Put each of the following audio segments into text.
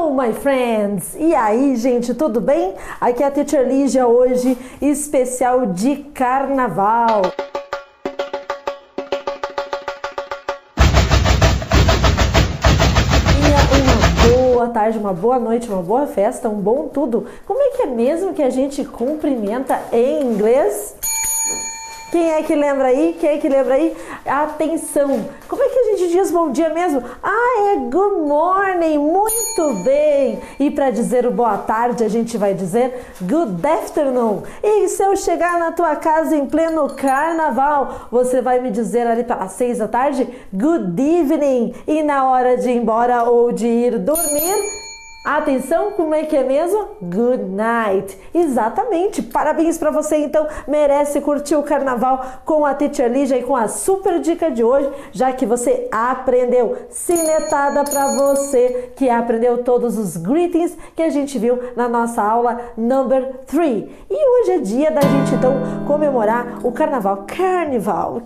Hello, my friends! E aí, gente, tudo bem? Aqui é a Teacher Lígia hoje, especial de carnaval. Uma boa tarde, uma boa noite, uma boa festa, um bom tudo. Como é que é mesmo que a gente cumprimenta em inglês? Quem é que lembra aí? Quem é que lembra aí? Atenção! Como é que a gente diz bom dia mesmo? É good morning! Muito bem! E para dizer o boa tarde, a gente vai dizer good afternoon. E se eu chegar na tua casa em pleno carnaval, você vai me dizer ali pelas 6 da tarde, good evening. E na hora de ir embora ou de ir dormir, atenção, como é que é mesmo? Good night. Exatamente. Parabéns para você, então. Merece curtir o carnaval com a Teacher Lígia e com a super dica de hoje, já que você aprendeu. Cinetada para você que aprendeu todos os greetings que a gente viu na nossa aula number 3. E hoje é dia da gente, então, comemorar o carnaval. Carnival.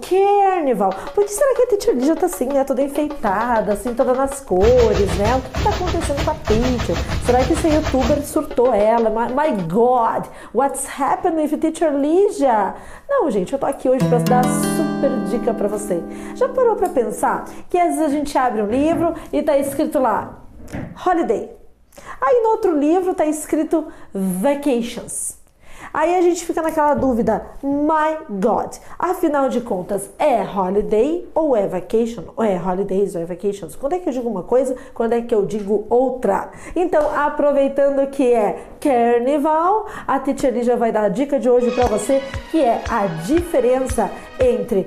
Por que será que a Teacher Lígia tá assim, né? Toda enfeitada, assim, toda nas cores, né? O que tá acontecendo com a Teacher? Será que esse youtuber surtou ela? My God, what's happening with Teacher Lígia? Não, gente, eu tô aqui hoje para dar super dica para você. Já parou para pensar que às vezes a gente abre um livro e tá escrito lá holiday. Aí no outro livro tá escrito vacations. Aí a gente fica naquela dúvida, my God, afinal de contas, é holiday ou é vacation? Ou é holidays ou é vacations? Quando é que eu digo uma coisa, quando é que eu digo outra? Então, aproveitando que é carnival, a Teacher Lígia vai dar a dica de hoje para você, que é a diferença entre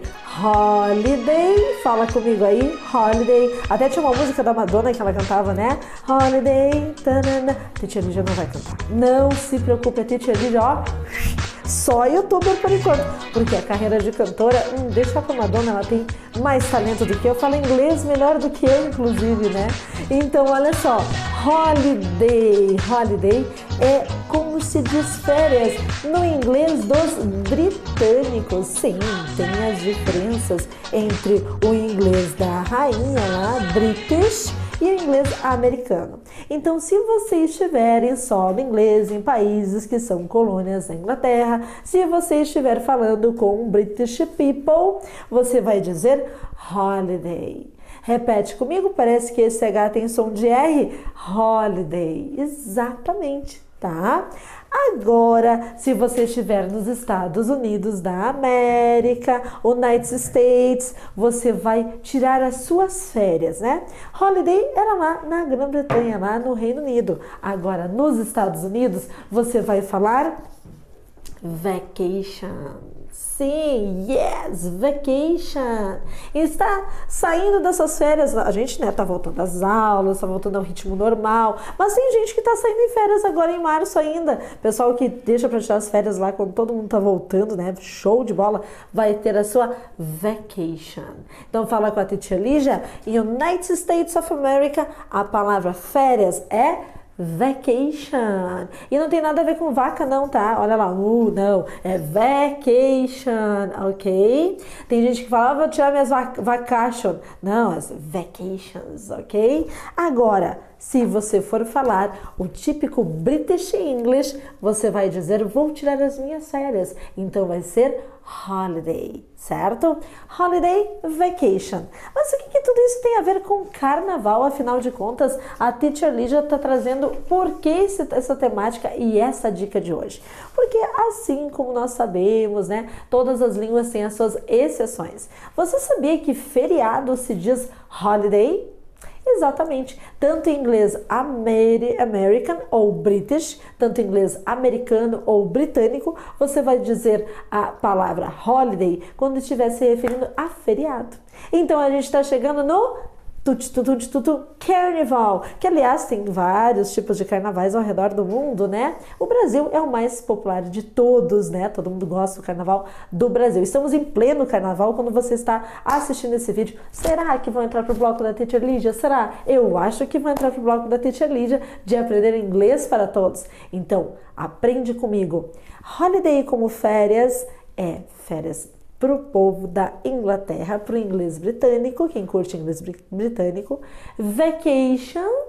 holiday, fala comigo aí, holiday, até tinha uma música da Madonna que ela cantava, né? Holiday, tanana. Teacher Lígia não vai cantar. Não se preocupe, a Teacher Lígia, ó, só youtuber por enquanto, porque a carreira de cantora, deixa com a Madonna, ela tem mais talento do que eu, fala inglês melhor do que eu, inclusive, né? Então, olha só, holiday é como se diz férias no inglês dos britânicos. Sim, tem as diferenças entre o inglês da rainha lá, British, e o inglês americano. Então, se você estiver em solo inglês em países que são colônias da Inglaterra, se você estiver falando com British people, você vai dizer holiday. Repete comigo, parece que esse H tem som de R. Holiday. Exatamente, tá? Agora, se você estiver nos Estados Unidos da América, United States, você vai tirar as suas férias, né? Holiday era lá na Grã-Bretanha, lá no Reino Unido. Agora, nos Estados Unidos, você vai falar vacation. Sim, yes, vacation. Está saindo dessas férias, a gente, né, tá voltando às aulas, tá voltando ao ritmo normal, mas tem gente que tá saindo em férias agora em março ainda. Pessoal que deixa para tirar as férias lá quando todo mundo tá voltando, né, show de bola, vai ter a sua vacation. Então fala com a Teacher Lígia, em United States of America, a palavra férias é vacation. E não tem nada a ver com vaca não, tá? Olha lá, não, é vacation, ok? Tem gente que fala, vou tirar minhas vacation. Não, as vacations, ok? Agora, se você for falar o típico British English, você vai dizer, vou tirar as minhas férias. Então vai ser holiday, certo? Holiday, vacation. Mas o que tudo isso tem a ver com carnaval? Afinal de contas, a Teacher Lígia está trazendo por que essa temática e essa dica de hoje. Porque assim como nós sabemos, né, todas as línguas têm as suas exceções. Você sabia que feriado se diz holiday? Exatamente, tanto em inglês American ou British, tanto em inglês americano ou britânico, você vai dizer a palavra holiday quando estiver se referindo a feriado. Então a gente está chegando no carnival, que aliás tem vários tipos de carnavais ao redor do mundo, né? O Brasil é o mais popular de todos, né? Todo mundo gosta do carnaval do Brasil. Estamos em pleno carnaval quando você está assistindo esse vídeo. Será que vão entrar pro bloco da Teacher Lígia? Será? Eu acho que vão entrar pro bloco da Teacher Lígia de aprender inglês para todos. Então, aprende comigo. Holiday como férias é férias para o povo da Inglaterra, para o inglês britânico, quem curte inglês britânico. Vacation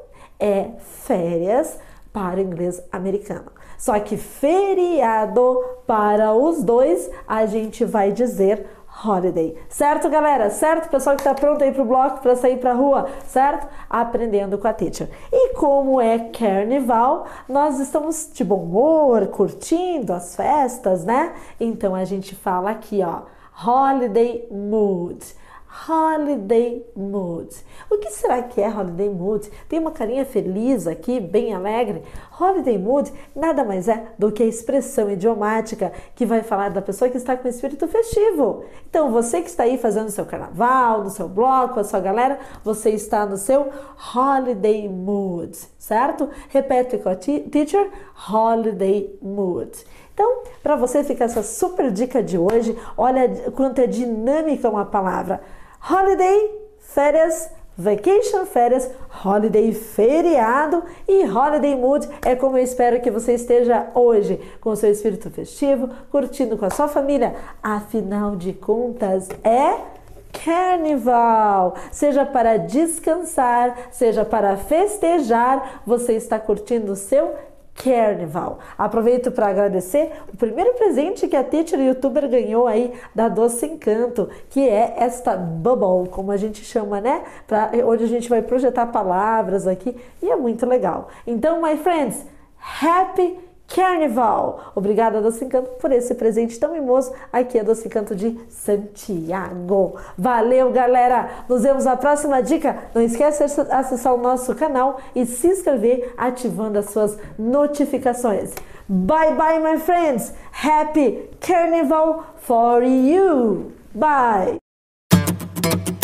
é férias para o inglês americano. Só que feriado para os dois, a gente vai dizer holiday. Certo, galera? Certo? Pessoal que está pronto aí para o bloco, para sair para a rua, certo? Aprendendo com a teacher. E como é carnaval, nós estamos de bom humor, curtindo as festas, né? Então, a gente fala aqui, ó, holiday mood. Holiday mood. O que será que é holiday mood? Tem uma carinha feliz aqui, bem alegre. Holiday mood nada mais é do que a expressão idiomática que vai falar da pessoa que está com espírito festivo. Então, você que está aí fazendo o seu carnaval, no seu bloco, a sua galera, você está no seu holiday mood, certo? Repete com a teacher, holiday mood. Então, para você ficar essa super dica de hoje, olha quanto é dinâmica uma palavra. Holiday, férias, vacation, férias, holiday, feriado e holiday mood é como eu espero que você esteja hoje, com o seu espírito festivo, curtindo com a sua família. Afinal de contas, é carnaval. Seja para descansar, seja para festejar, você está curtindo o seu carnaval. Aproveito para agradecer o primeiro presente que a teacher youtuber ganhou aí da Doce Encanto, que é esta bubble, como a gente chama, né? Onde a gente vai projetar palavras aqui e é muito legal. Então, my friends, happy Carnaval! Obrigada, Doce Encanto, por esse presente tão mimoso. Aqui é Doce Encanto de Santiago. Valeu, galera! Nos vemos na próxima dica. Não esquece de acessar o nosso canal e se inscrever ativando as suas notificações. Bye, bye, my friends! Happy Carnival for you! Bye!